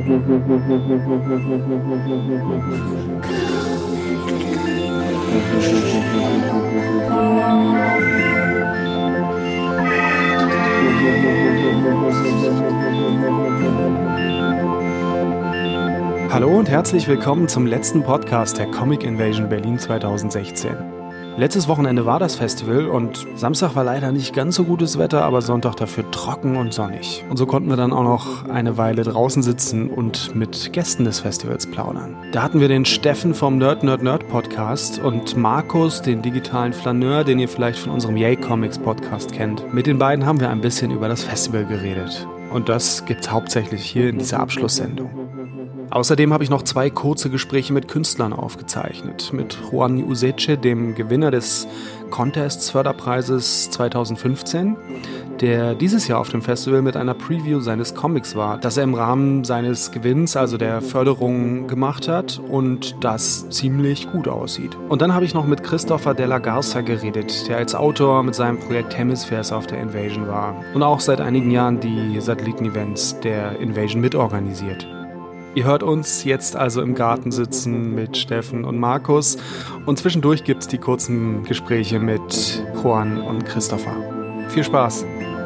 Hallo und herzlich willkommen zum letzten Podcast der Comic Invasion Berlin 2016. Letztes Wochenende war das Festival und Samstag war leider nicht ganz so gutes Wetter, aber Sonntag dafür trocken und sonnig. Und so konnten wir dann auch noch eine Weile draußen sitzen und mit Gästen des Festivals plaudern. Da hatten wir den Steffen vom Nerd Podcast und Markus, den digitalen Flaneur, den ihr vielleicht von unserem Yay Comics Podcast kennt. Mit den beiden haben wir ein bisschen über das Festival geredet. Und das gibt's hauptsächlich hier in dieser Abschlusssendung. Außerdem habe ich noch 2 kurze Gespräche mit Künstlern aufgezeichnet. Mit Juan Useche, dem Gewinner des Contests Förderpreises 2015, der dieses Jahr auf dem Festival mit einer Preview seines Comics war, das er im Rahmen seines Gewinns, also der Förderung, gemacht hat und das ziemlich gut aussieht. Und dann habe ich noch mit Christopher Della Garza geredet, der als Autor mit seinem Projekt Hemispheres auf der Invasion war und auch seit einigen Jahren die Satellitenevents der Invasion mitorganisiert. Ihr hört uns jetzt also im Garten sitzen mit Steffen und Markus und zwischendurch gibt es die kurzen Gespräche mit Juan und Christopher. Viel Spaß!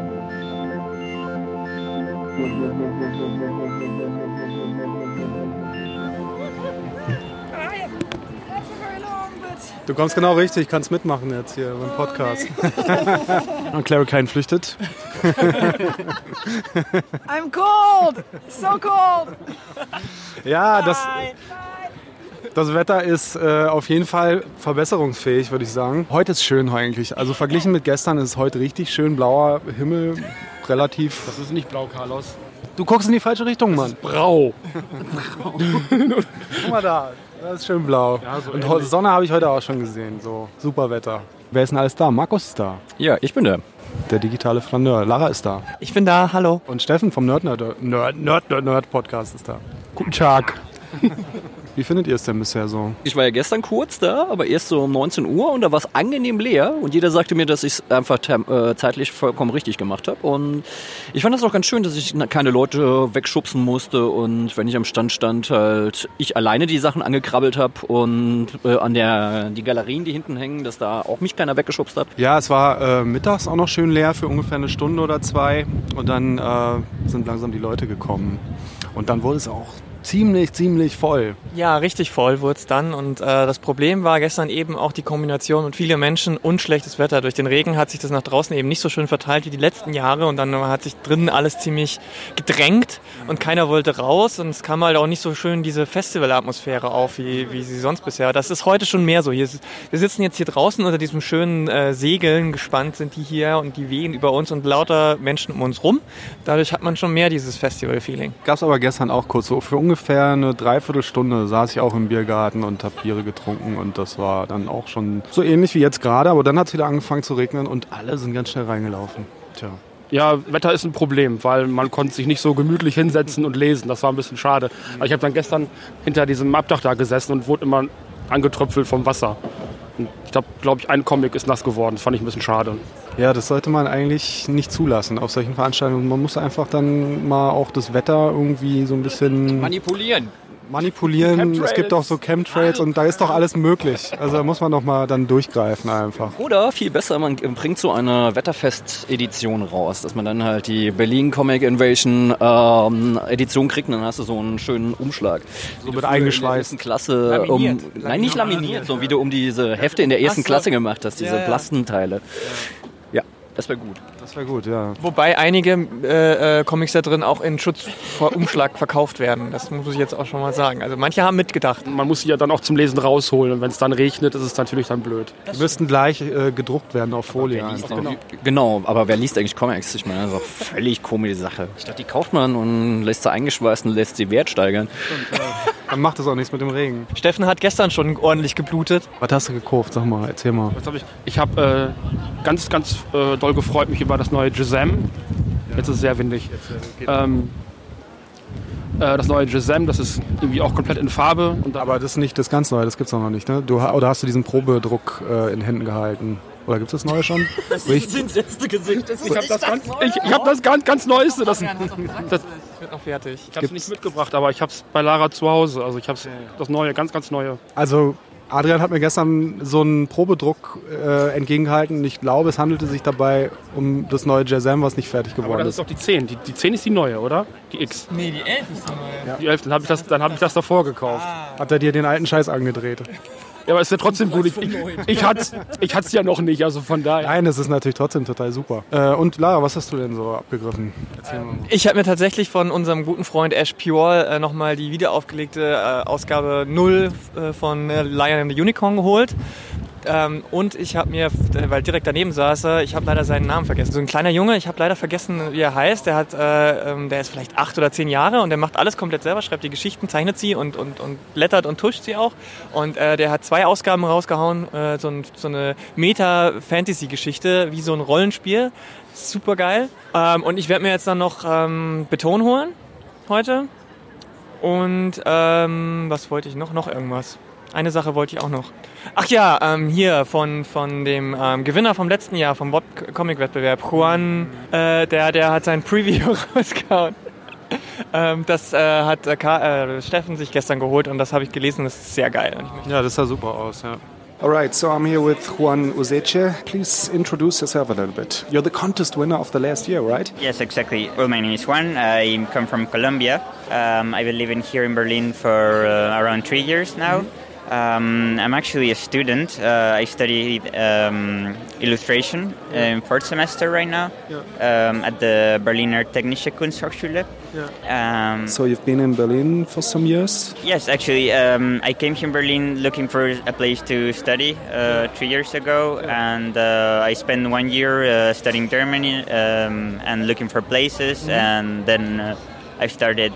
Du kommst genau richtig, kannst mitmachen jetzt hier beim Podcast. Und Clary Kane flüchtet. I'm cold! So cold! Ja, das Wetter ist auf jeden Fall verbesserungsfähig, würde ich sagen. Heute ist schön eigentlich. Also verglichen mit gestern ist es heute richtig schön. Blauer Himmel, relativ... Das ist nicht blau, Carlos. Du guckst in die falsche Richtung, Mann. Brau. Guck mal da, das ist schön blau. Ja, so und ähnlich. Sonne habe ich heute auch schon gesehen. So, super Wetter. Wer ist denn alles da? Markus ist da. Ja, ich bin da. Der digitale Flaneur. Lara ist da. Ich bin da, hallo. Und Steffen vom Nerd Podcast ist da. Guten Tag. Wie findet ihr es denn bisher so? Ich war ja gestern kurz da, aber erst so um 19 Uhr und da war es angenehm leer und jeder sagte mir, dass ich es einfach zeitlich vollkommen richtig gemacht habe und ich fand das auch ganz schön, dass ich keine Leute wegschubsen musste und wenn ich am Stand stand, halt ich alleine die Sachen angekrabbelt habe und an die Galerien, die hinten hängen, dass da auch mich keiner weggeschubst hat. Ja, es war mittags auch noch schön leer für ungefähr eine Stunde oder 2 und dann sind langsam die Leute gekommen und dann wurde es auch ziemlich voll. Ja, richtig voll wurde es dann und das Problem war gestern eben auch die Kombination mit vielen Menschen und schlechtes Wetter. Durch den Regen hat sich das nach draußen eben nicht so schön verteilt wie die letzten Jahre und dann hat sich drinnen alles ziemlich gedrängt und keiner wollte raus und es kam halt auch nicht so schön diese Festivalatmosphäre auf, wie sie sonst bisher. Das ist heute schon mehr so. Wir sitzen jetzt hier draußen unter diesem schönen Segeln, gespannt sind die hier und die wehen über uns und lauter Menschen um uns rum. Dadurch hat man schon mehr dieses Festival-Feeling. Gab es aber gestern auch kurz so für ungefähr eine Dreiviertelstunde saß ich auch im Biergarten und habe Biere getrunken und das war dann auch schon so ähnlich wie jetzt gerade, aber dann hat es wieder angefangen zu regnen und alle sind ganz schnell reingelaufen. Tja. Ja, Wetter ist ein Problem, weil man konnte sich nicht so gemütlich hinsetzen und lesen. Das war ein bisschen schade. Aber ich habe dann gestern hinter diesem Abdach da gesessen und wurde immer angetröpfelt vom Wasser. Und ich glaube ich, ein Comic ist nass geworden. Das fand ich ein bisschen schade. Ja, das sollte man eigentlich nicht zulassen auf solchen Veranstaltungen. Man muss einfach dann mal auch das Wetter irgendwie so ein bisschen manipulieren. Es gibt auch so Chemtrails und da ist doch alles möglich. Also da muss man doch mal dann durchgreifen einfach. Oder viel besser, man bringt so eine Wetterfest-Edition raus, dass man dann halt die Berlin Comic Invasion Edition kriegt und dann hast du so einen schönen Umschlag. So mit eingeschweißt. Klasse, nein, nicht laminiert, sondern wie du um diese Hefte in der ersten Klasse gemacht hast, diese Blastenteile. Ja, das wäre gut. Das wäre gut, ja. Wobei einige Comics da drin auch in Schutz vor Umschlag verkauft werden. Das muss ich jetzt auch schon mal sagen. Also manche haben mitgedacht. Man muss sie ja dann auch zum Lesen rausholen. Und wenn es dann regnet, ist es natürlich dann blöd. Die müssten gleich gedruckt werden auf Folie. Genau, aber wer liest eigentlich Comics? Ich meine, das ist auch völlig komische Sache. Ich dachte, die kauft man und lässt sie eingeschweißt und lässt sie Wert steigern. Dann macht das auch nichts mit dem Regen. Steffen hat gestern schon ordentlich geblutet. Was hast du gekauft? Sag mal, erzähl mal. Ich habe ganz doll gefreut mich über das neue Shazam. Jetzt ist es sehr windig. Das neue Shazam, das ist irgendwie auch komplett in Farbe. Aber das ist nicht das ganz Neue, das gibt's noch nicht, ne? Oder hast du diesen Probedruck in Händen gehalten? Oder gibt es das Neue schon? Das ist das letzte Gesicht. Ich habe das ganz Neueste. wird noch fertig. Ich habe es nicht mitgebracht, aber ich habe es bei Lara zu Hause. Also ich habe das Neue, ganz, ganz Neue. Also Adrian hat mir gestern so einen Probedruck entgegengehalten und ich glaube, es handelte sich dabei um das neue Shazam, was nicht fertig geworden Aber das ist doch die 10. Die 10 ist die neue, oder? Die X. Nee, die 11 ist die neue. Ja. Die 11, dann hab ich das davor gekauft. Hat er dir den alten Scheiß angedreht? Ja, aber ist ja trotzdem gut. Ich hatte es ja noch nicht, also von daher. Nein, das ist natürlich trotzdem total super. Und Lara, was hast du denn so abgegriffen? Erzähl mal. Ich habe mir tatsächlich von unserem guten Freund Ash Pure nochmal die wiederaufgelegte Ausgabe 0 von Lion and the Unicorn geholt. Und ich habe mir, weil direkt daneben saß er, ich habe leider seinen Namen vergessen. So ein kleiner Junge, ich habe leider vergessen, wie er heißt. Der ist vielleicht 8 oder 10 Jahre und der macht alles komplett selber, schreibt die Geschichten, zeichnet sie und blättert und tuscht sie auch. Und der hat 2 Ausgaben rausgehauen, so eine Meta-Fantasy-Geschichte, wie so ein Rollenspiel. Super geil. Und ich werde mir jetzt dann noch Beton holen heute. Und was wollte ich noch? Noch irgendwas. Eine Sache wollte ich auch noch. Ach ja, hier von dem Gewinner vom letzten Jahr, vom Comic-Wettbewerb, Juan, der hat sein Preview rausgehauen. Das hat Steffen sich gestern geholt und das habe ich gelesen, das ist sehr geil. Ja, das sah super aus, ja. Alright, so I'm here with Juan Uzeche. Please introduce yourself a little bit. You're the contest winner of the last year, right? Yes, exactly. Well, my name is Juan. I come from Colombia. I've been living here in Berlin for around 3 years now. I'm actually a student. I study illustration in 4th semester right now at the Berliner Technische Kunsthochschule. Yeah. So you've been in Berlin for some years? Yes, actually. I came here in Berlin looking for a place to study 3 years ago, and I spent 1 year studying Germany and looking for places, and then I started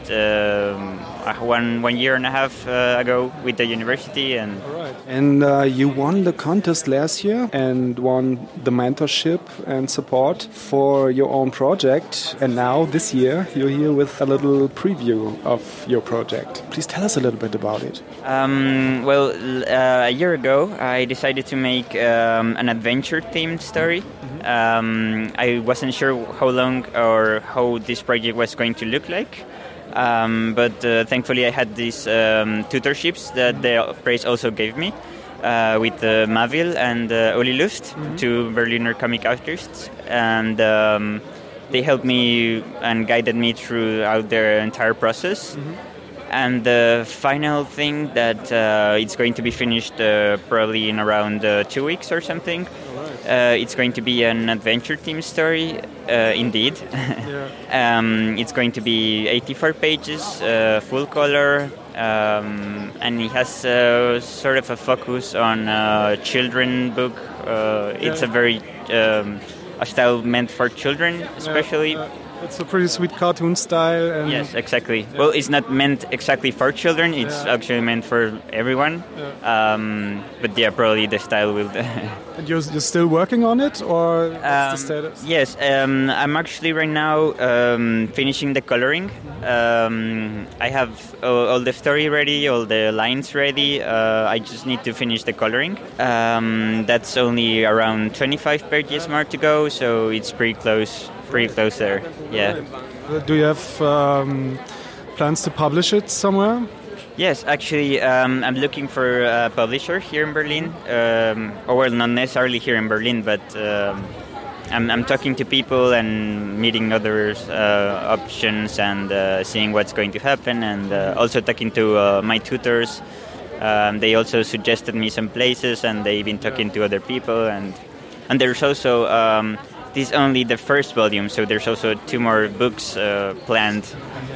1 year and a half ago with the university. And you won the contest last year and won the mentorship and support for your own project. And now this year you're here with a little preview of your project. Please tell us a little bit about it. A year ago I decided to make an adventure-themed story. I wasn't sure how long or how this project was going to look like. But thankfully I had these tutorships that the Praise also gave me with Mavil and Uli Lust, 2 Berliner comic artists, and they helped me and guided me throughout their entire process. And the final thing that it's going to be finished probably in around 2 weeks or something. It's going to be an adventure-themed story, indeed. It's going to be 84 pages, full color, and it has sort of a focus on a children book. It's a very a style meant for children, especially. It's a pretty sweet cartoon style. And yes, exactly. Yeah. Well, it's not meant exactly for children. It's actually meant for everyone. But yeah, probably the style will... And you're still working on it, or what's the status? Yes, I'm actually right now finishing the coloring. I have all the story ready, all the lines ready. I just need to finish the coloring. That's only around 25 pages more to go, so it's pretty close there. Yeah. Do you have plans to publish it somewhere? Yes, actually, I'm looking for a publisher here in Berlin. Well, not necessarily here in Berlin, but I'm talking to people and meeting other options and seeing what's going to happen, and also talking to my tutors. They also suggested me some places, and they've been talking to other people, and there's also this is only the first volume, so there's also 2 more books planned.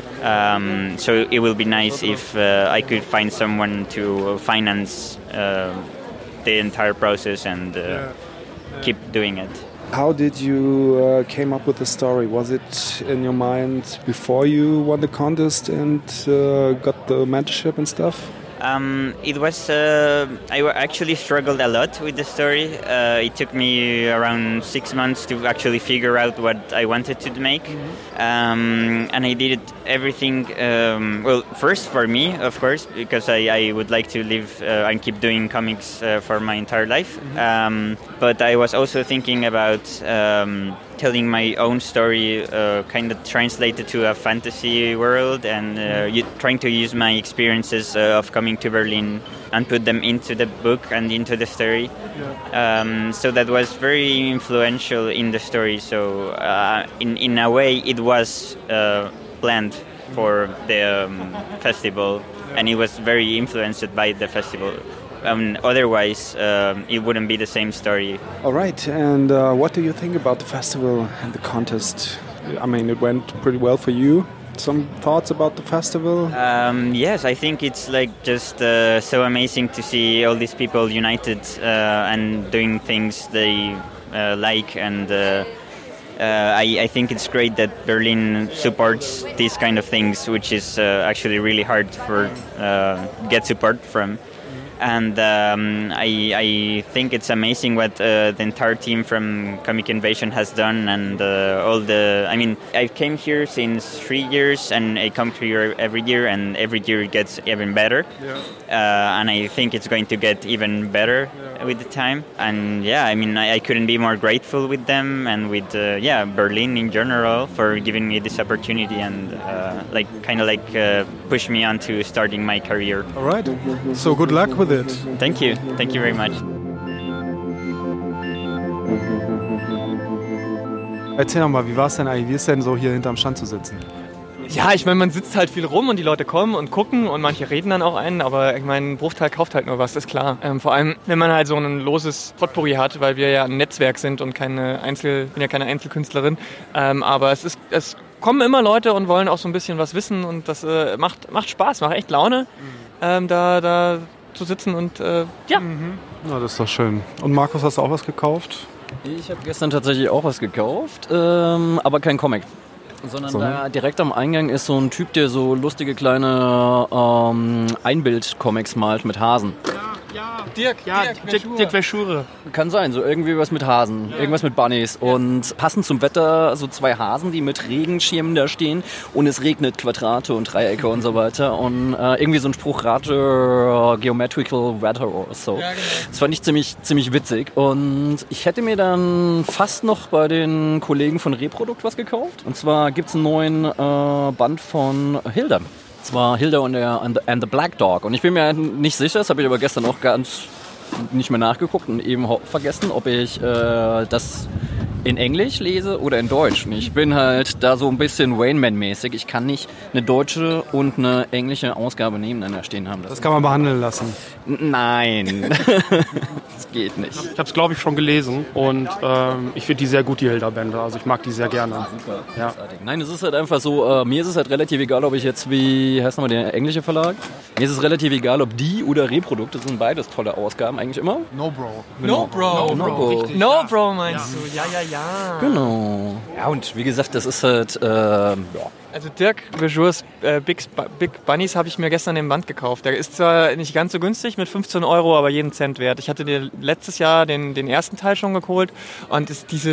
So it will be nice if I could find someone to finance the entire process and keep doing it. How did you came up with the story? Was it in your mind before you won the contest and got the mentorship and stuff? It was. I actually struggled a lot with the story. It took me around 6 months to actually figure out what I wanted to make, and I did everything. Well, first for me, of course, because I would like to live and keep doing comics for my entire life. But I was also thinking about telling my own story, kind of translated to a fantasy world, and trying to use my experiences of coming to Berlin and put them into the book and into the story. So that was very influential in the story. So in a way, it was planned for the festival, and it was very influenced by the festival. Otherwise, it wouldn't be the same story. All right, and what do you think about the festival and the contest? I mean, it went pretty well for you. Some thoughts about the festival? Yes, I think it's like just so amazing to see all these people united and doing things they like, and I think it's great that Berlin supports these kind of things, which is actually really hard for get support from. And I think it's amazing what the entire team from Comic Invasion has done, and I came here since 3 years, and I come here every year, and every year it gets even better. And I think it's going to get even better with the time. And I couldn't be more grateful with them and with Berlin in general for giving me this opportunity and push me on to starting my career. All right. So good luck with it. Thank you very much. Erzähl doch mal, wie war es denn eigentlich? Wie ist denn so hier hinterm Stand zu sitzen? Ja, ich meine, man sitzt halt viel rum und die Leute kommen und gucken und manche reden dann auch einen, aber ich meine, ein Bruchteil kauft halt nur was, ist klar. Vor allem, wenn man halt so ein loses Potpourri hat, weil wir ja ein Netzwerk sind und bin ja keine Einzelkünstlerin, aber es kommen immer Leute und wollen auch so ein bisschen was wissen, und das macht Spaß, macht echt Laune, da zu sitzen und ja. Na, das ist doch schön. Und Markus, hast du auch was gekauft? Ich habe gestern tatsächlich auch was gekauft, aber kein Comic. Sondern da direkt am Eingang ist so ein Typ, der so lustige kleine Einbild-Comics malt mit Hasen. Dirk Verschure. Kann sein, so irgendwie was mit Hasen, irgendwas mit Bunnies. Und passend zum Wetter so 2 Hasen, die mit Regenschirmen da stehen, und es regnet Quadrate und Dreiecke und so weiter. Und irgendwie so ein Spruch, rate geometrical weather or so. Ja, genau. Das fand ich ziemlich witzig. Und ich hätte mir dann fast noch bei den Kollegen von Reprodukt was gekauft. Und zwar gibt es einen neuen Band von Hilda. Zwar Hilda and the Black Dog. Und ich bin mir nicht sicher, das habe ich aber gestern auch ganz nicht mehr nachgeguckt und eben vergessen, ob ich das in Englisch lese oder in Deutsch. Und ich bin halt da so ein bisschen Rain-Man-mäßig. Ich kann nicht eine deutsche und eine englische Ausgabe nebeneinander stehen haben. Das kann man behandeln lassen. Nein, das geht nicht. Ich habe es, glaube ich, schon gelesen, und ich finde die sehr gut, die Hilda-Bände. Also ich mag die sehr gerne. Super, ja. Nein, es ist halt einfach so, mir ist es halt relativ egal, ob ich jetzt, wie heißt nochmal der englische Verlag? Mir ist es relativ egal, ob die oder Reprodukt, das sind beides tolle Ausgaben, eigentlich immer. No Bro. Genau. No Bro meinst du, ja. Genau. Ja, und wie gesagt, das ist halt, Also Dirk Verschures Big Bunnies habe ich mir gestern im Band gekauft. Der ist zwar nicht ganz so günstig mit 15 €, aber jeden Cent wert. Ich hatte dir letztes Jahr den ersten Teil schon geholt, und diese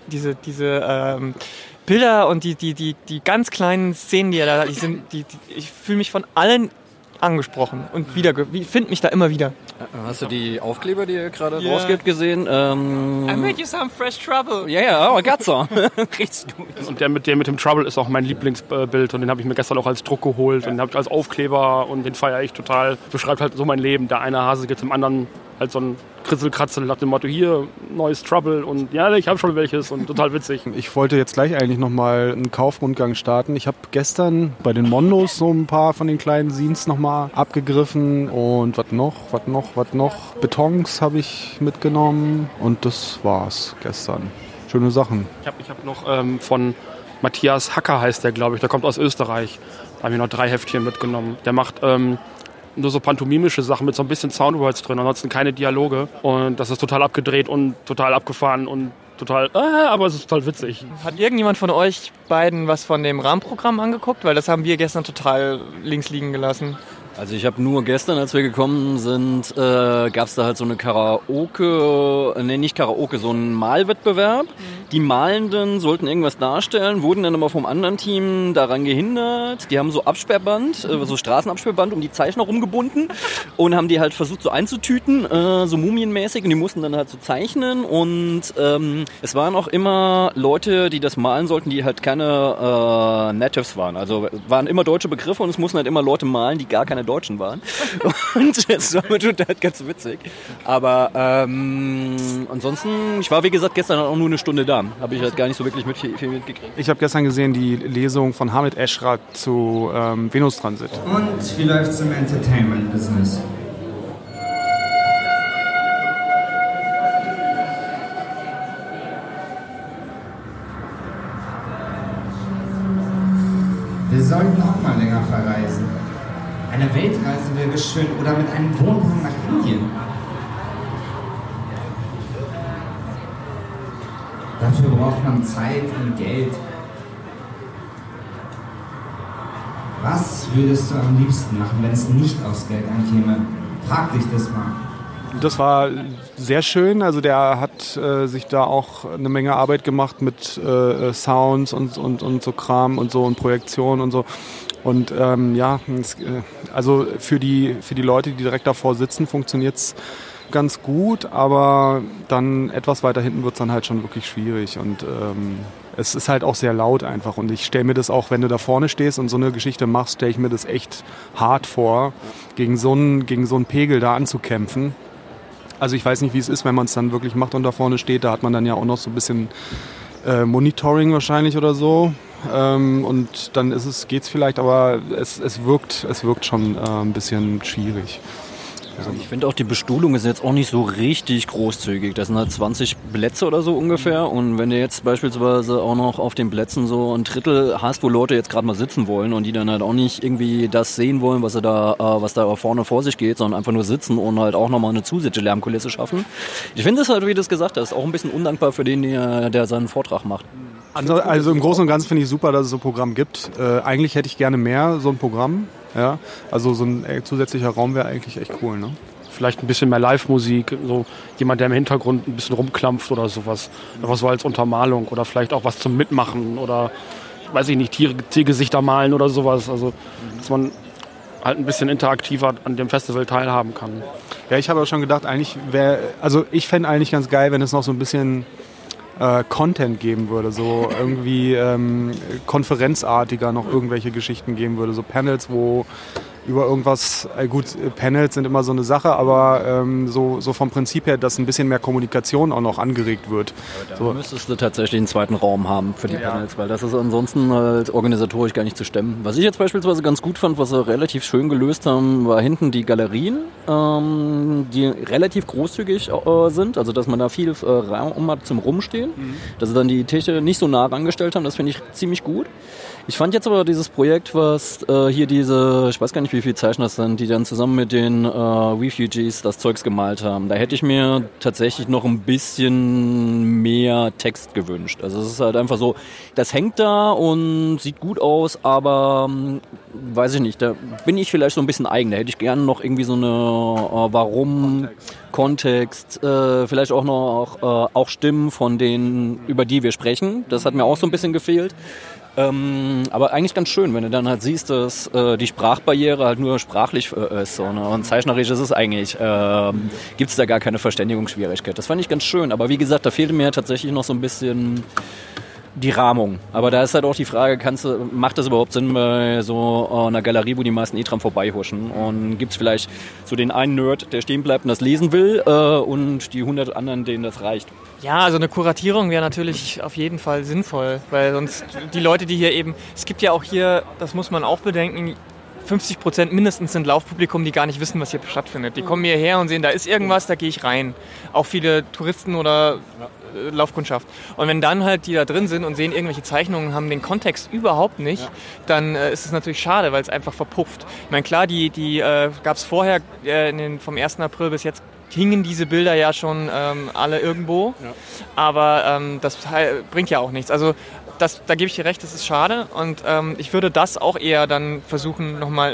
Bilder und die ganz kleinen Szenen, die er da, ich fühle mich von allen angesprochen und finde mich da immer wieder. Hast du die Aufkleber, die ihr gerade rausgibt, gesehen? I made you some fresh trouble. I got some. Kriegst du. Und der mit dem Trouble ist auch mein Lieblingsbild, und den habe ich mir gestern auch als Druck geholt, und den habe ich als Aufkleber, und den feiere ich total. Beschreibt halt so mein Leben. Der eine Hase geht zum anderen halt so ein Kritzelkratzel nach dem Motto, hier, neues Trouble, und ja, ich habe schon welches, und total witzig. Ich wollte jetzt gleich eigentlich nochmal einen Kaufrundgang starten. Ich habe gestern bei den Mondos so ein paar von den kleinen Zines nochmal abgegriffen, und was noch? Betons habe ich mitgenommen, und das war's gestern. Schöne Sachen. Ich hab noch von Matthias Hacker, heißt der, glaube ich, der kommt aus Österreich. Da habe ich noch 3 Heftchen mitgenommen. Der macht nur so pantomimische Sachen mit so ein bisschen Soundwords drin, ansonsten keine Dialoge. Und das ist total abgedreht und total abgefahren und total, aber es ist total witzig. Hat irgendjemand von euch beiden was von dem Rahmenprogramm angeguckt? Weil das haben wir gestern total links liegen gelassen. Also ich habe nur gestern, als wir gekommen sind, gab es da halt so eine so einen Malwettbewerb, Die Malenden sollten irgendwas darstellen, wurden dann aber vom anderen Team daran gehindert. Die haben so Absperrband, so Straßenabsperrband um die Zeichner rumgebunden und haben die halt versucht so einzutüten, so mumienmäßig, und die mussten dann halt so zeichnen, und es waren auch immer Leute, die das malen sollten, die halt keine Natives waren. Also waren immer deutsche Begriffe, und es mussten halt immer Leute malen, die gar keine Deutschen waren. Und das war mir total ganz witzig. Aber ansonsten, ich war wie gesagt gestern auch nur eine Stunde da. Habe ich halt gar nicht so wirklich viel mitgekriegt. Ich habe gestern gesehen die Lesung von Hamid Eschrat zu Venustransit. Und wie läuft es im Entertainment-Business? Wir sollten auch mal länger verreisen. Eine Weltreise wäre schön, oder mit einem Wohnwagen nach Indien. Dafür braucht man Zeit und Geld. Was würdest du am liebsten machen, wenn es nicht aufs Geld ankäme? Frag dich das mal. Das war sehr schön. Also der hat sich da auch eine Menge Arbeit gemacht mit Sounds und so Kram und so und Projektion und so. Und also für die Leute, die direkt davor sitzen, funktioniert es ganz gut, aber dann etwas weiter hinten wird es dann halt schon wirklich schwierig, und es ist halt auch sehr laut einfach, und ich stelle mir das auch, wenn du da vorne stehst und so eine Geschichte machst, stelle ich mir das echt hart vor, gegen so einen Pegel da anzukämpfen. Also ich weiß nicht, wie es ist, wenn man es dann wirklich macht und da vorne steht, da hat man dann ja auch noch so ein bisschen Monitoring wahrscheinlich oder so. Und dann geht's vielleicht, aber es wirkt schon ein bisschen schwierig. Also ich finde auch, die Bestuhlung ist jetzt auch nicht so richtig großzügig. Das sind halt 20 Plätze oder so ungefähr. Und wenn du jetzt beispielsweise auch noch auf den Plätzen so ein Drittel hast, wo Leute jetzt gerade mal sitzen wollen und die dann halt auch nicht irgendwie das sehen wollen, was da vorne vor sich geht, sondern einfach nur sitzen und halt auch nochmal eine zusätzliche Lärmkulisse schaffen. Ich finde es halt, wie du es gesagt hast, auch ein bisschen undankbar für den, der seinen Vortrag macht. Also im Großen und Ganzen finde ich super, dass es so ein Programm gibt. Eigentlich hätte ich gerne mehr so ein Programm. Ja? Also so ein zusätzlicher Raum wäre eigentlich echt cool. Ne? Vielleicht ein bisschen mehr Live-Musik, so jemand, der im Hintergrund ein bisschen rumklampft oder sowas. Was so als Untermalung oder vielleicht auch was zum Mitmachen oder, weiß ich nicht, Tiergesichter malen oder sowas. Also, dass man halt ein bisschen interaktiver an dem Festival teilhaben kann. Ja, ich habe auch schon gedacht, ich fände eigentlich ganz geil, wenn es noch so ein bisschen Content geben würde, so irgendwie konferenzartiger noch irgendwelche Geschichten geben würde, so Panels, wo über irgendwas, Panels sind immer so eine Sache, aber so vom Prinzip her, dass ein bisschen mehr Kommunikation auch noch angeregt wird. Da müsstest du tatsächlich einen zweiten Raum haben für die Panels, weil das ist ansonsten halt organisatorisch gar nicht zu stemmen. Was ich jetzt beispielsweise ganz gut fand, was sie relativ schön gelöst haben, war hinten die Galerien, die relativ großzügig sind, also dass man da viel Raum hat zum Rumstehen, dass sie dann die Tische nicht so nah rangestellt haben, das finde ich ziemlich gut. Ich fand jetzt aber dieses Projekt, was hier ich weiß gar nicht, wie viele Zeichner das sind, die dann zusammen mit den Refugees das Zeugs gemalt haben. Da hätte ich mir tatsächlich noch ein bisschen mehr Text gewünscht. Also es ist halt einfach so, das hängt da und sieht gut aus, aber weiß ich nicht, da bin ich vielleicht so ein bisschen eigen. Da hätte ich gerne noch irgendwie so eine Kontext, vielleicht auch noch auch Stimmen von denen, über die wir sprechen. Das hat mir auch so ein bisschen gefehlt. Aber eigentlich ganz schön, wenn du dann halt siehst, dass die Sprachbarriere halt nur sprachlich ist. So, ne? Und zeichnerisch ist es eigentlich, gibt es da gar keine Verständigungsschwierigkeit. Das fand ich ganz schön, aber wie gesagt, da fehlte mir tatsächlich noch so ein bisschen die Rahmung. Aber da ist halt auch die Frage, macht das überhaupt Sinn bei so einer Galerie, wo die meisten dran vorbeihuschen? Und gibt es vielleicht so den einen Nerd, der stehen bleibt und das lesen will, und die 100 anderen, denen das reicht? Ja, also eine Kuratierung wäre natürlich auf jeden Fall sinnvoll, weil sonst die Leute, die hier eben, es gibt ja auch hier, das muss man auch bedenken, 50% mindestens sind Laufpublikum, die gar nicht wissen, was hier stattfindet. Die kommen hierher und sehen, da ist irgendwas, da gehe ich rein. Auch viele Touristen oder Laufkundschaft. Und wenn dann halt die da drin sind und sehen irgendwelche Zeichnungen, haben den Kontext überhaupt nicht, dann ist es natürlich schade, weil es einfach verpufft. Ich meine, klar, die gab es vorher, vom 1. April bis jetzt, hingen diese Bilder ja schon alle irgendwo, aber das bringt ja auch nichts. Also da gebe ich dir recht, das ist schade, und ich würde das auch eher dann versuchen, nochmal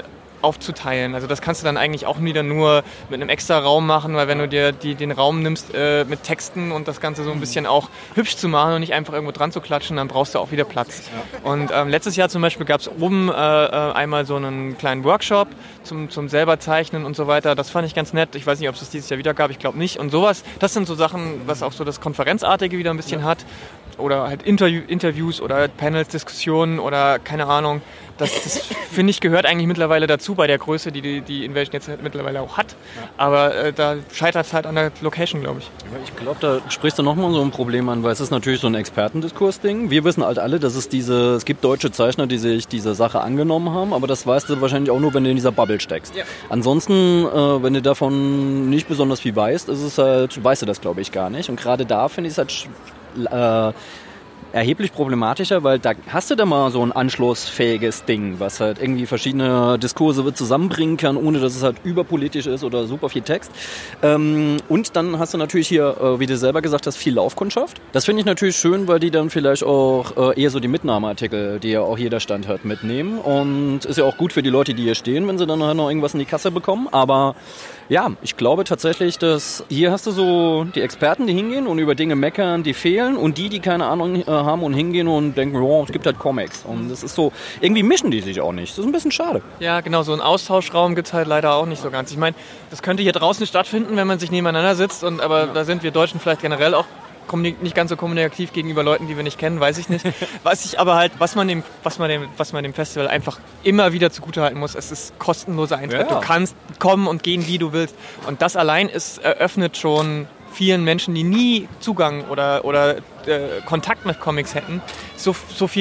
aufzuteilen. Also das kannst du dann eigentlich auch wieder nur mit einem extra Raum machen, weil wenn du dir den Raum nimmst mit Texten und das Ganze so ein bisschen auch hübsch zu machen und nicht einfach irgendwo dran zu klatschen, dann brauchst du auch wieder Platz. Und letztes Jahr zum Beispiel gab es oben einmal so einen kleinen Workshop zum selber zeichnen und so weiter. Das fand ich ganz nett. Ich weiß nicht, ob es das dieses Jahr wieder gab, ich glaube nicht. Und sowas, das sind so Sachen, was auch so das Konferenzartige wieder ein bisschen hat. Oder halt Interviews oder Panels, Diskussionen oder keine Ahnung. Das finde ich, gehört eigentlich mittlerweile dazu bei der Größe, die Invasion jetzt mittlerweile auch hat. Aber da scheitert es halt an der Location, glaube ich. Ich glaube, da sprichst du nochmal so ein Problem an, weil es ist natürlich so ein Expertendiskurs-Ding. Wir wissen halt alle, dass es gibt deutsche Zeichner, die sich diese Sache angenommen haben, aber das weißt du wahrscheinlich auch nur, wenn du in dieser Bubble steckst. Ja. Ansonsten, wenn du davon nicht besonders viel weißt, weißt du das, glaube ich, gar nicht. Und gerade da finde ich es halt erheblich problematischer, weil da hast du da mal so ein anschlussfähiges Ding, was halt irgendwie verschiedene Diskurse zusammenbringen kann, ohne dass es halt überpolitisch ist oder super viel Text. Und dann hast du natürlich hier, wie du selber gesagt hast, viel Laufkundschaft. Das finde ich natürlich schön, weil die dann vielleicht auch eher so die Mitnahmeartikel, die ja auch jeder Stand hat, mitnehmen. Und ist ja auch gut für die Leute, die hier stehen, wenn sie dann noch irgendwas in die Kasse bekommen. Aber ja, ich glaube tatsächlich, dass hier hast du so die Experten, die hingehen und über Dinge meckern, die fehlen, und die keine Ahnung haben und hingehen und denken, oh, es gibt halt Comics. Und das ist so, irgendwie mischen die sich auch nicht. Das ist ein bisschen schade. Ja, genau, so einen Austauschraum gibt es halt leider auch nicht so ganz. Ich meine, das könnte hier draußen stattfinden, wenn man sich nebeneinander sitzt, aber da sind wir Deutschen vielleicht generell auch nicht ganz so kommunikativ gegenüber Leuten, die wir nicht kennen, weiß ich nicht. Was man dem Festival einfach immer wieder zugutehalten muss, es ist kostenloser Eintritt. Ja. Du kannst kommen und gehen, wie du willst. Und das allein eröffnet schon vielen Menschen, die nie Zugang oder Kontakt mit Comics hätten, so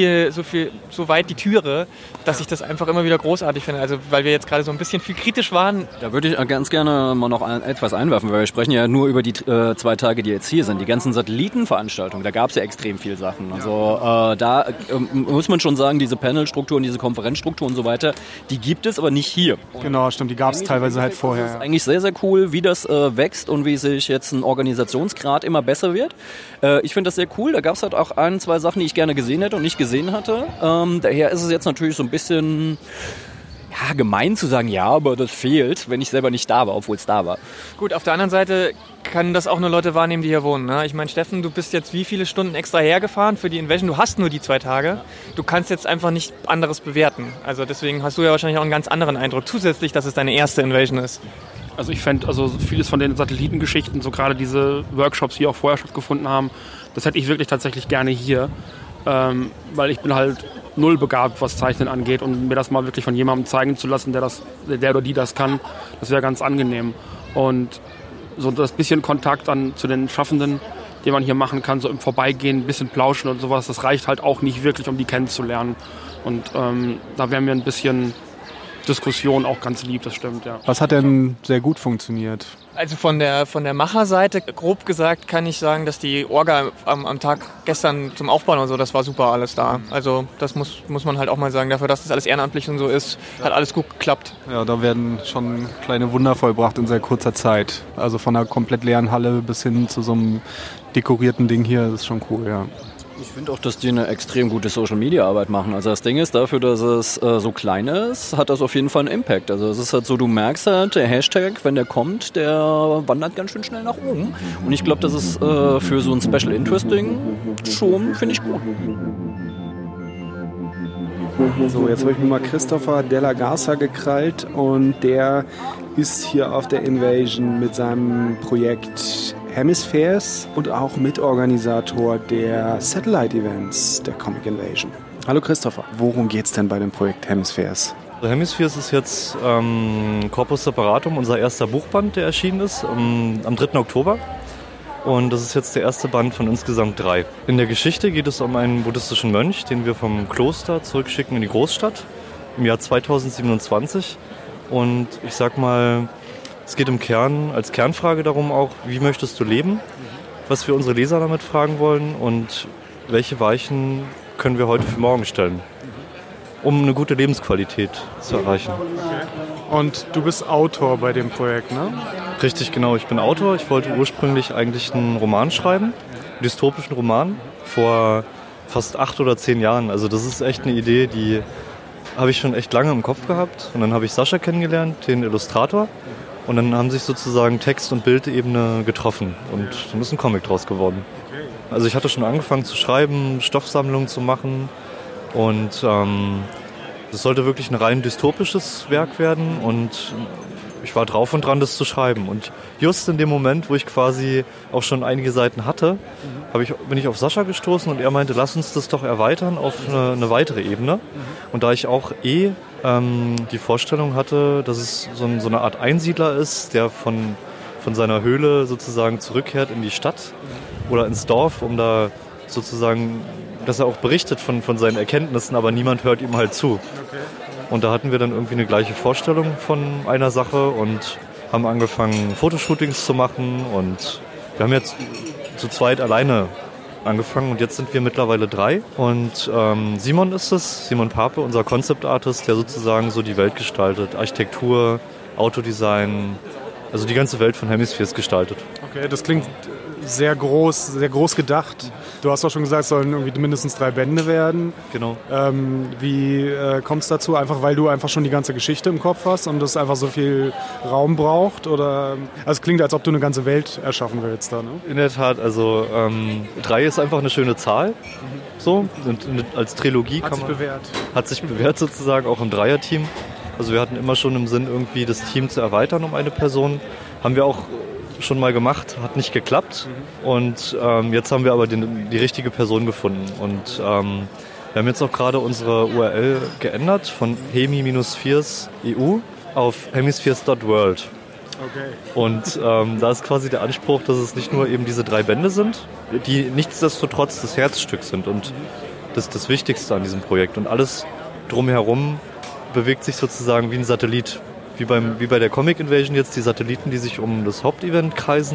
weit die Türe, dass ich das einfach immer wieder großartig finde. Also weil wir jetzt gerade so ein bisschen viel kritisch waren. Da würde ich ganz gerne mal noch etwas einwerfen, weil wir sprechen ja nur über die 2 Tage, die jetzt hier sind. Die ganzen Satellitenveranstaltungen, da gab es ja extrem viel Sachen. Also da muss man schon sagen, diese Panelstrukturen, diese Konferenzstrukturen und so weiter, die gibt es, aber nicht hier. Genau, stimmt, die gab es teilweise halt vorher. Das ist eigentlich sehr, sehr cool, wie das wächst und wie sich jetzt ein Organisationsgrad immer besser wird. Ich finde das sehr cool. Da gab es halt auch 1, 2 Sachen, die ich gerne gesehen hätte und nicht gesehen hatte. Daher ist es jetzt natürlich so ein bisschen gemein zu sagen, ja, aber das fehlt, wenn ich selber nicht da war, obwohl es da war. Gut, auf der anderen Seite können das auch nur Leute wahrnehmen, die hier wohnen. Ne? Ich meine, Steffen, du bist jetzt wie viele Stunden extra hergefahren für die Invasion? Du hast nur die 2 Tage. Du kannst jetzt einfach nicht anderes bewerten. Also deswegen hast du ja wahrscheinlich auch einen ganz anderen Eindruck. Zusätzlich, dass es deine erste Invasion ist. Also ich fände, vieles von den Satellitengeschichten, so gerade diese Workshops, die auch vorher stattgefunden haben, das hätte ich wirklich tatsächlich gerne hier, weil ich bin halt null begabt, was Zeichnen angeht, und mir das mal wirklich von jemandem zeigen zu lassen, der oder die das kann, das wäre ganz angenehm. Und so das bisschen Kontakt zu den Schaffenden, den man hier machen kann, so im Vorbeigehen, ein bisschen plauschen und sowas, das reicht halt auch nicht wirklich, um die kennenzulernen. Und da wäre mir ein bisschen Diskussion auch ganz lieb, das stimmt, ja. Was hat denn sehr gut funktioniert? Also von der Macherseite, grob gesagt, kann ich sagen, dass die Orga am Tag gestern zum Aufbauen und so, das war super alles da. Also das muss man halt auch mal sagen, dafür, dass das alles ehrenamtlich und so ist, hat alles gut geklappt. Ja, da werden schon kleine Wunder vollbracht in sehr kurzer Zeit. Also von einer komplett leeren Halle bis hin zu so einem dekorierten Ding hier, das ist schon cool, ja. Ich finde auch, dass die eine extrem gute Social-Media-Arbeit machen. Also das Ding ist, dafür, dass es so klein ist, hat das auf jeden Fall einen Impact. Also es ist halt so, du merkst halt, der Hashtag, wenn der kommt, der wandert ganz schön schnell nach oben. Und ich glaube, das ist für so ein Special Interest-Ding schon, finde ich, gut. So, jetzt habe ich mir mal Christopher Della Garza gekrallt, und der ist hier auf der Invasion mit seinem Projekt Hemispheres und auch Mitorganisator der Satellite-Events der Comic Invasion. Hallo Christopher, worum geht's denn bei dem Projekt Hemispheres? Also Hemispheres ist jetzt Corpus Separatum, unser erster Buchband, der erschienen ist am 3. Oktober. Und das ist jetzt der erste Band von insgesamt 3. In der Geschichte geht es um einen buddhistischen Mönch, den wir vom Kloster zurückschicken in die Großstadt im Jahr 2027. Und ich sag mal, es geht als Kernfrage darum auch, wie möchtest du leben, was wir unsere Leser damit fragen wollen und welche Weichen können wir heute für morgen stellen, um eine gute Lebensqualität zu erreichen. Und du bist Autor bei dem Projekt, ne? Richtig, genau. Ich bin Autor. Ich wollte ursprünglich eigentlich einen Roman schreiben, einen dystopischen Roman, vor fast 8 oder 10 Jahren. Also das ist echt eine Idee, die habe ich schon echt lange im Kopf gehabt. Und dann habe ich Sascha kennengelernt, den Illustrator. Und dann haben sich sozusagen Text- und Bildebene getroffen. Und dann ist ein Comic draus geworden. Also ich hatte schon angefangen zu schreiben, Stoffsammlungen zu machen. Und es sollte wirklich ein rein dystopisches Werk werden. Und ich war drauf und dran, das zu schreiben. Und just in dem Moment, wo ich quasi auch schon einige Seiten hatte, bin ich auf Sascha gestoßen und er meinte, lass uns das doch erweitern auf eine weitere Ebene. Und da ich auch die Vorstellung hatte, dass es so eine Art Einsiedler ist, der von seiner Höhle sozusagen zurückkehrt in die Stadt oder ins Dorf, um da sozusagen, dass er auch berichtet von seinen Erkenntnissen, aber niemand hört ihm halt zu. Und da hatten wir dann irgendwie eine gleiche Vorstellung von einer Sache und haben angefangen, Fotoshootings zu machen. Und wir haben jetzt zu zweit alleine angefangen und jetzt sind wir mittlerweile 3. Und Simon ist es, Simon Pape, unser Concept Artist, der sozusagen so die Welt gestaltet. Architektur, Autodesign, also die ganze Welt von Hemispheres gestaltet. Okay, das klingt sehr groß gedacht. Du hast auch schon gesagt, es sollen irgendwie mindestens 3 Bände werden. Genau. Wie kommt es dazu? Einfach, weil du einfach schon die ganze Geschichte im Kopf hast und das einfach so viel Raum braucht? Oder? Also es klingt, als ob du eine ganze Welt erschaffen willst da, ne? In der Tat, also 3 ist einfach eine schöne Zahl. So, und als Trilogie hat sich bewährt sozusagen, auch im Dreierteam. Also wir hatten immer schon im Sinn, irgendwie das Team zu erweitern um eine Person. Haben wir auch schon mal gemacht, hat nicht geklappt. Und jetzt haben wir aber die richtige Person gefunden. Und wir haben jetzt auch gerade unsere URL geändert von hemi-spheres.eu auf hemispheres.world. Okay. Und da ist quasi der Anspruch, dass es nicht nur eben diese 3 Bände sind, die nichtsdestotrotz das Herzstück sind und das Wichtigste an diesem Projekt. Und alles drumherum bewegt sich sozusagen wie ein Satellit. Wie bei der Comic Invasion jetzt die Satelliten, die sich um das Hauptevent kreisen,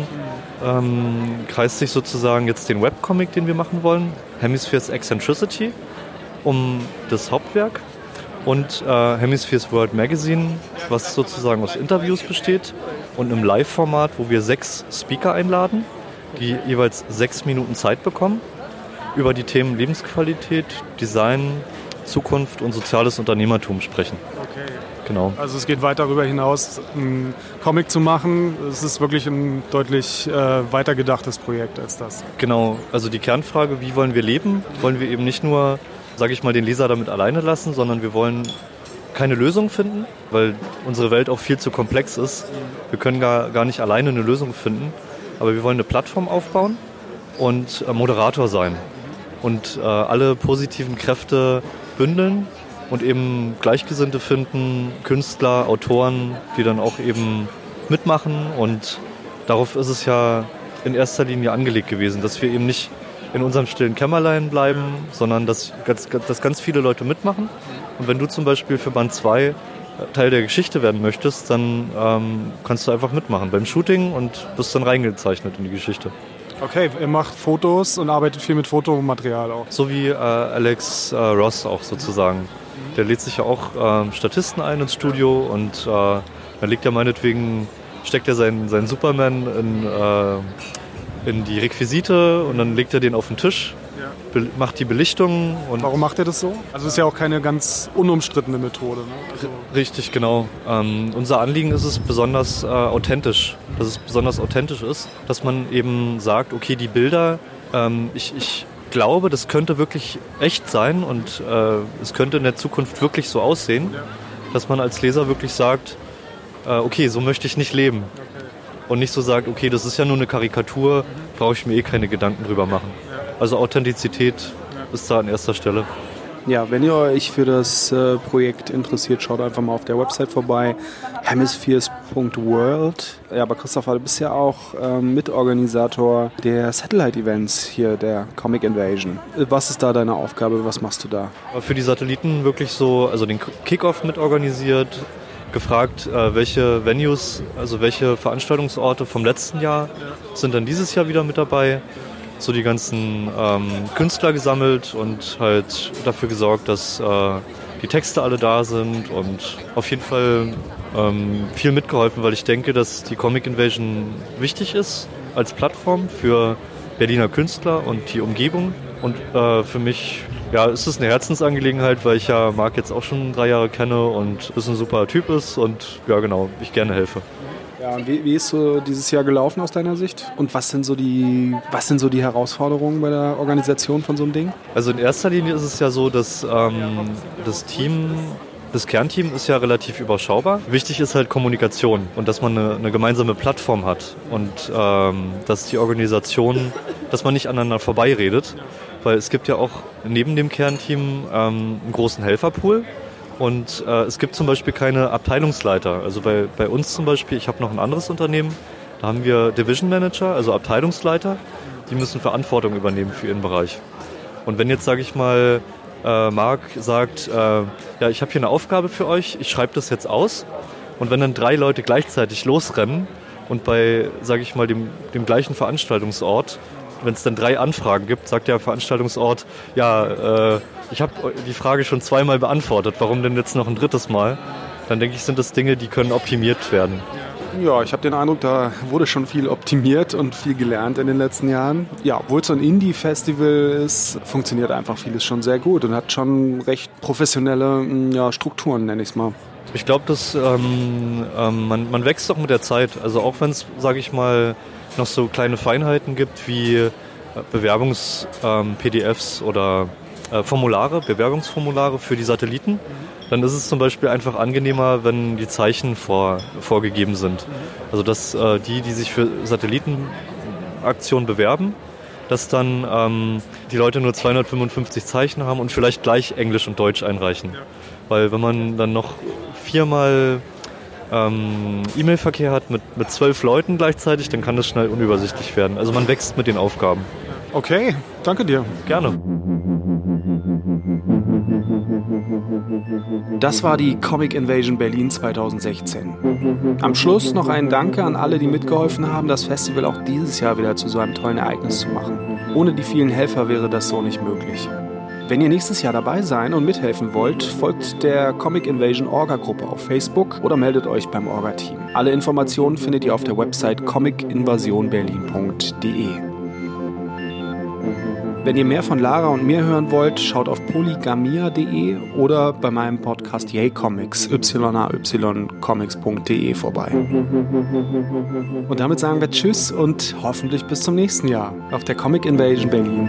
kreist sich sozusagen jetzt den Webcomic, den wir machen wollen, Hemispheres Eccentricity, um das Hauptwerk und Hemispheres World Magazine, was sozusagen aus Interviews besteht und einem Live-Format, wo wir 6 Speaker einladen, die jeweils 6 Minuten Zeit bekommen, über die Themen Lebensqualität, Design, Zukunft und soziales Unternehmertum sprechen. Okay. Genau. Also es geht weit darüber hinaus, einen Comic zu machen. Es ist wirklich ein deutlich weitergedachtes Projekt als das. Genau. Also die Kernfrage, wie wollen wir leben? Wollen wir eben nicht nur, sage ich mal, den Leser damit alleine lassen, sondern wir wollen keine Lösung finden, weil unsere Welt auch viel zu komplex ist. Wir können gar nicht alleine eine Lösung finden, aber wir wollen eine Plattform aufbauen und Moderator sein und alle positiven Kräfte bündeln und eben Gleichgesinnte finden, Künstler, Autoren, die dann auch eben mitmachen. Und darauf ist es ja in erster Linie angelegt gewesen, dass wir eben nicht in unserem stillen Kämmerlein bleiben, sondern dass ganz viele Leute mitmachen. Und wenn du zum Beispiel für Band 2 Teil der Geschichte werden möchtest, dann kannst du einfach mitmachen beim Shooting und wirst dann reingezeichnet in die Geschichte. Okay, ihr macht Fotos und arbeitet viel mit Fotomaterial auch. So wie Alex Ross auch sozusagen. Der lädt sich ja auch Statisten ein ins Studio und dann legt er meinetwegen, steckt er seinen Superman in die Requisite und dann legt er den auf den Tisch, macht die Belichtung. Und warum macht er das so? Also es ist ja auch keine ganz unumstrittene Methode. Ne? Also richtig, genau. Unser Anliegen ist es besonders authentisch, dass es besonders authentisch ist, dass man eben sagt, okay, die Bilder, ich glaube, das könnte wirklich echt sein und es könnte in der Zukunft wirklich so aussehen, dass man als Leser wirklich sagt, okay, so möchte ich nicht leben. Und nicht so sagt, okay, das ist ja nur eine Karikatur, brauche ich mir eh keine Gedanken drüber machen. Also Authentizität ist da an erster Stelle. Ja, wenn ihr euch für das Projekt interessiert, schaut einfach mal auf der Website vorbei, hemispheres.world. Ja, aber Christopher, du bist ja auch Mitorganisator der Satellite-Events hier, der Comic Invasion. Was ist da deine Aufgabe? Was machst du da? Für die Satelliten wirklich so, also den Kickoff mitorganisiert, gefragt, welche Venues, also welche Veranstaltungsorte vom letzten Jahr sind dann dieses Jahr wieder mit dabei. So die ganzen Künstler gesammelt und halt dafür gesorgt, dass die Texte alle da sind und auf jeden Fall viel mitgeholfen, weil ich denke, dass die Comic Invasion wichtig ist als Plattform für Berliner Künstler und die Umgebung und für mich Ja, es ist eine Herzensangelegenheit, weil ich ja Marc jetzt auch schon 3 Jahre kenne und es ein super Typ ist und ja genau, ich gerne helfe. Ja, und wie ist so dieses Jahr gelaufen aus deiner Sicht? Und was sind so die Herausforderungen bei der Organisation von so einem Ding? Also in erster Linie ist es ja so, dass das Kernteam ist ja relativ überschaubar. Wichtig ist halt Kommunikation und dass man eine gemeinsame Plattform hat und dass die Organisation, dass man nicht aneinander vorbeiredet. Weil es gibt ja auch neben dem Kernteam einen großen Helferpool und es gibt zum Beispiel keine Abteilungsleiter. Also bei uns zum Beispiel, ich habe noch ein anderes Unternehmen, da haben wir Division Manager, also Abteilungsleiter, die müssen Verantwortung übernehmen für ihren Bereich. Und wenn jetzt, sage ich mal, Marc sagt, ja, ich habe hier eine Aufgabe für euch, ich schreibe das jetzt aus und wenn dann 3 Leute gleichzeitig losrennen und bei, sage ich mal, dem gleichen Veranstaltungsort, wenn es dann 3 Anfragen gibt, sagt der Veranstaltungsort, ja, ich habe die Frage schon 2-mal beantwortet, warum denn jetzt noch ein 3. Mal? Dann denke ich, sind das Dinge, die können optimiert werden. Ja, ich habe den Eindruck, da wurde schon viel optimiert und viel gelernt in den letzten Jahren. Ja, obwohl es so ein Indie-Festival ist, funktioniert einfach vieles schon sehr gut und hat schon recht professionelle Strukturen, nenne ich es mal. Ich glaube, dass man wächst auch mit der Zeit. Also auch wenn es, sage ich mal, noch so kleine Feinheiten gibt wie Bewerbungs-PDFs oder Bewerbungsformulare für die Satelliten, dann ist es zum Beispiel einfach angenehmer, wenn die Zeichen vorgegeben sind. Also dass die sich für Satellitenaktionen bewerben, dass dann die Leute nur 255 Zeichen haben und vielleicht gleich Englisch und Deutsch einreichen. Weil wenn man dann noch 4-mal E-Mail-Verkehr hat mit 12 Leuten gleichzeitig, dann kann das schnell unübersichtlich werden. Also man wächst mit den Aufgaben. Okay, danke dir. Gerne. Das war die Comic Invasion Berlin 2016. Am Schluss noch ein Danke an alle, die mitgeholfen haben, das Festival auch dieses Jahr wieder zu so einem tollen Ereignis zu machen. Ohne die vielen Helfer wäre das so nicht möglich. Wenn ihr nächstes Jahr dabei sein und mithelfen wollt, folgt der Comic Invasion Orga-Gruppe auf Facebook oder meldet euch beim Orga-Team. Alle Informationen findet ihr auf der Website comicinvasionberlin.de. Wenn ihr mehr von Lara und mir hören wollt, schaut auf polygamia.de oder bei meinem Podcast Yay Comics, yaycomics.de vorbei. Und damit sagen wir Tschüss und hoffentlich bis zum nächsten Jahr auf der Comic Invasion Berlin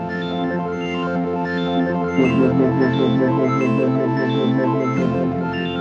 2017.